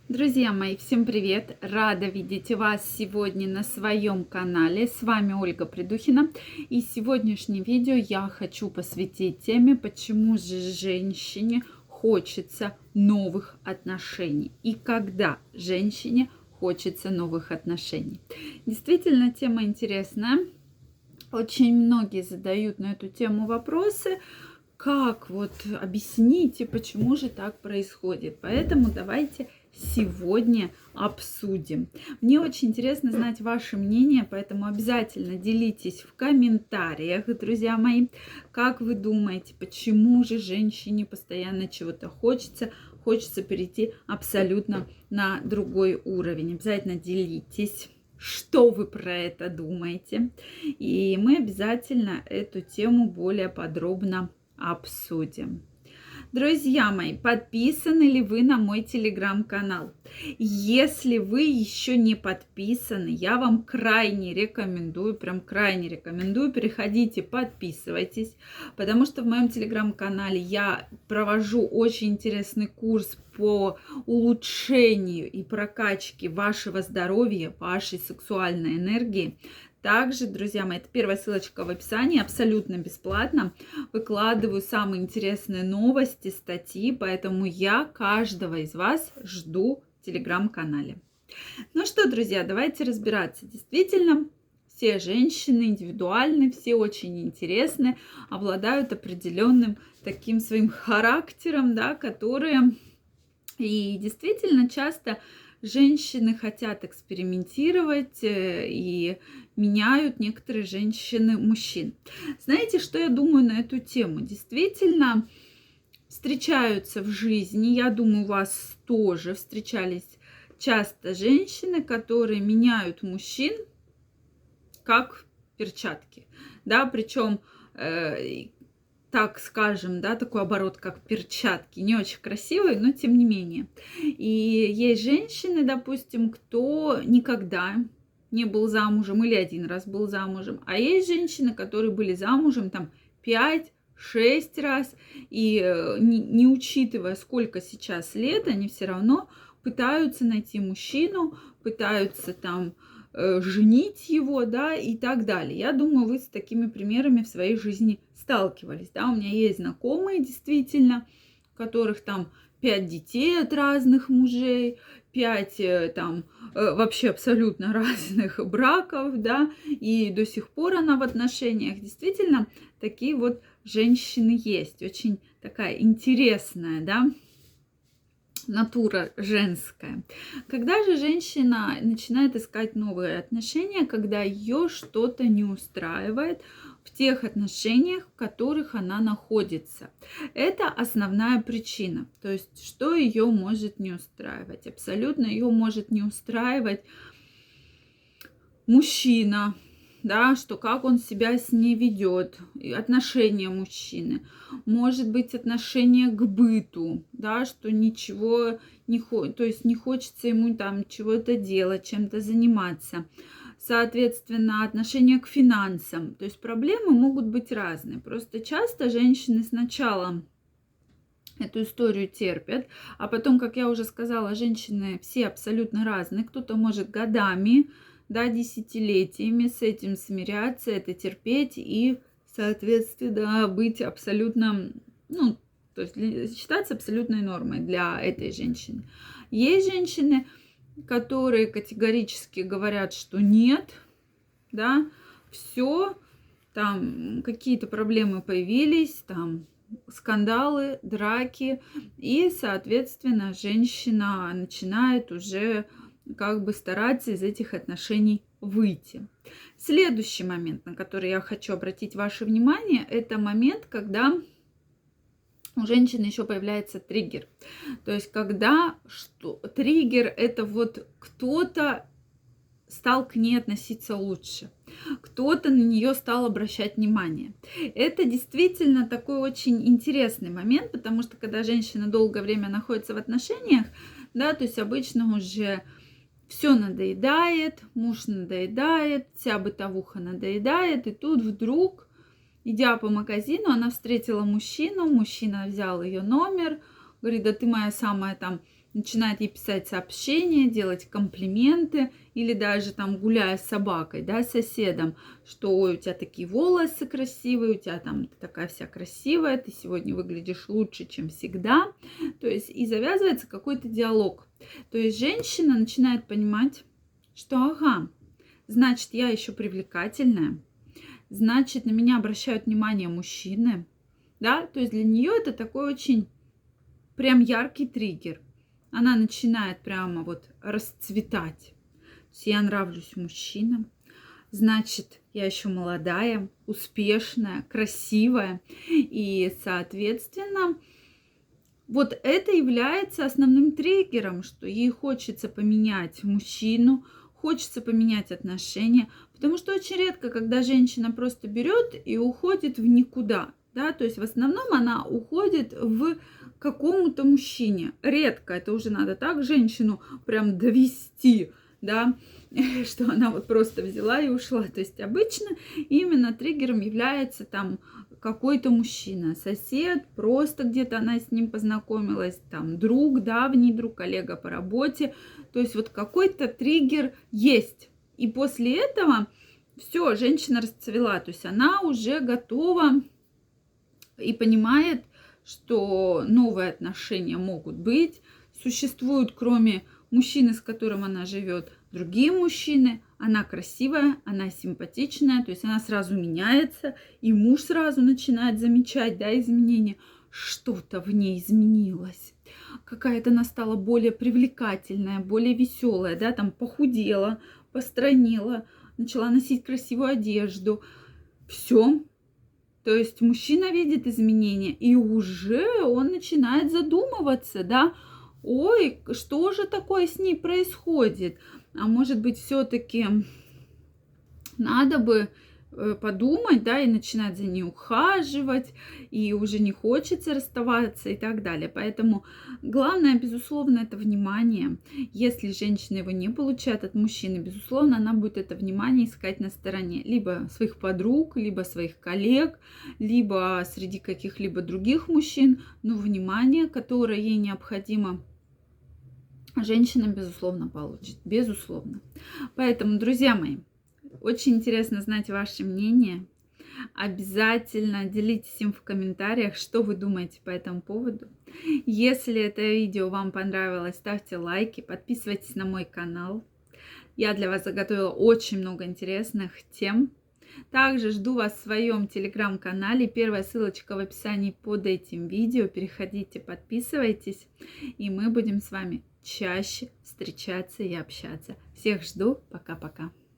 Друзья мои, всем привет! Рада видеть вас сегодня на своем канале. С вами Ольга Придухина. И сегодняшнее видео я хочу посвятить теме, почему же женщине хочется новых отношений и когда женщине хочется новых отношений. Действительно, тема интересная. Очень многие задают на эту тему вопросы. Как вот объясните, почему же так происходит? Поэтому давайте сегодня обсудим. Мне очень интересно знать ваше мнение, поэтому обязательно делитесь в комментариях, друзья мои. Как вы думаете, почему же женщине постоянно чего-то хочется перейти абсолютно на другой уровень? Обязательно делитесь. Что вы про это думаете? И мы обязательно эту тему более подробно обсудим. Друзья мои, подписаны ли вы на мой телеграм-канал? Если вы еще не подписаны, я вам крайне рекомендую, переходите, подписывайтесь, потому что в моем телеграм-канале я провожу очень интересный курс по улучшению и прокачке вашего здоровья, вашей сексуальной энергии. Также, друзья мои, это первая ссылочка в описании, абсолютно бесплатно. Выкладываю самые интересные новости, статьи, поэтому я каждого из вас жду в телеграм-канале. Ну что, друзья, давайте разбираться. Действительно, все женщины индивидуальны, все очень интересны, обладают определенным таким своим характером, да, которые... И действительно часто женщины хотят экспериментировать и меняют некоторые женщины мужчин. Знаете, что я думаю на эту тему? Действительно, встречаются в жизни, я думаю, у вас тоже встречались часто женщины, которые меняют мужчин как перчатки, да, причем так скажем, да, такой оборот, как перчатки, не очень красивый, но тем не менее. И есть женщины, допустим, кто никогда не был замужем или один раз был замужем, а есть женщины, которые были замужем там 5-6 раз, и не учитывая, сколько сейчас лет, они все равно пытаются найти мужчину, пытаются там женить его, да, и так далее. Я думаю, вы с такими примерами в своей жизни сталкивались, да, у меня есть знакомые, действительно, у которых там 5 детей от разных мужей, 5 там вообще абсолютно разных браков, да, и до сих пор она в отношениях. Действительно, такие вот женщины есть, очень такая интересная, да, натура женская. Когда же женщина начинает искать новые отношения, когда ее что-то не устраивает в тех отношениях, в которых она находится? Это основная причина. То есть, что ее может не устраивать? Абсолютно ее может не устраивать мужчина, да, что как он себя с ней ведет, отношение мужчины, может быть отношение к быту, да, что ничего не хочет, то есть не хочется ему там чего-то делать, чем-то заниматься. Соответственно, отношение к финансам, то есть проблемы могут быть разные. Просто часто женщины сначала эту историю терпят, а потом, как я уже сказала, женщины все абсолютно разные. Кто-то может годами, да, десятилетиями с этим смиряться, это терпеть и, соответственно, быть абсолютно, ну, то есть считаться абсолютной нормой для этой женщины. Есть женщины, которые категорически говорят, что нет, да, все, там какие-то проблемы появились, там скандалы, драки, и, соответственно, женщина начинает уже как бы стараться из этих отношений выйти. Следующий момент, на который я хочу обратить ваше внимание, это момент, когда у женщины еще появляется триггер. То есть, когда триггер это вот кто-то стал к ней относиться лучше, кто-то на нее стал обращать внимание. Это действительно такой очень интересный момент, потому что когда женщина долгое время находится в отношениях, да, то есть обычно уже все надоедает, муж надоедает, вся бытовуха надоедает, и тут вдруг, идя по магазину, она встретила мужчину, мужчина взял ее номер, говорит: да ты моя самая там начинает ей писать сообщения, делать комплименты, или даже там гуляя с собакой, да, с соседом, что ой, у тебя такие волосы красивые, у тебя там ты такая вся красивая, ты сегодня выглядишь лучше, чем всегда. То есть и завязывается какой-то диалог. То есть женщина начинает понимать, что ага, значит, я еще привлекательная, значит, на меня обращают внимание мужчины, да, то есть для нее это такой очень прям яркий триггер. Она начинает прямо вот расцветать. То есть я нравлюсь мужчинам, значит, я еще молодая, успешная, красивая. И, соответственно, вот это является основным триггером, что ей хочется поменять мужчину, хочется поменять отношения, потому что очень редко, когда женщина просто берет и уходит в никуда, да, то есть в основном она уходит в какому-то мужчине. Редко, это уже надо так женщину прям довести, да, что она вот просто взяла и ушла. То есть обычно именно триггером является там какой-то мужчина, сосед, просто где-то она с ним познакомилась, там друг, давний друг, коллега по работе. То есть вот какой-то триггер есть. И после этого все, женщина расцвела. То есть она уже готова и понимает, что новые отношения могут быть. Существуют, кроме мужчины, с которым она живет, другие мужчины. Она красивая, она симпатичная, то есть она сразу меняется, и муж сразу начинает замечать, да, изменения. Что-то в ней изменилось. Какая-то она стала более привлекательная, более веселая, да, там похудела, постройнела, начала носить красивую одежду. Все. То есть мужчина видит изменения, и уже он начинает задумываться, да, ой, что же такое с ней происходит? А может быть, все-таки надо бы подумать, да, и начинать за ней ухаживать, и уже не хочется расставаться и так далее. Поэтому главное, безусловно, это внимание. Если женщина его не получает от мужчины, безусловно, она будет это внимание искать на стороне либо своих подруг, либо своих коллег, либо среди каких-либо других мужчин. Но внимание, которое ей необходимо, женщина, безусловно, получит. Безусловно. Поэтому, друзья мои, очень интересно знать ваше мнение. Обязательно делитесь им в комментариях, что вы думаете по этому поводу. Если это видео вам понравилось, ставьте лайки, подписывайтесь на мой канал. Я для вас заготовила очень много интересных тем. Также жду вас в своем телеграм-канале. Первая ссылочка в описании под этим видео. Переходите, подписывайтесь, и мы будем с вами чаще встречаться и общаться. Всех жду. Пока-пока.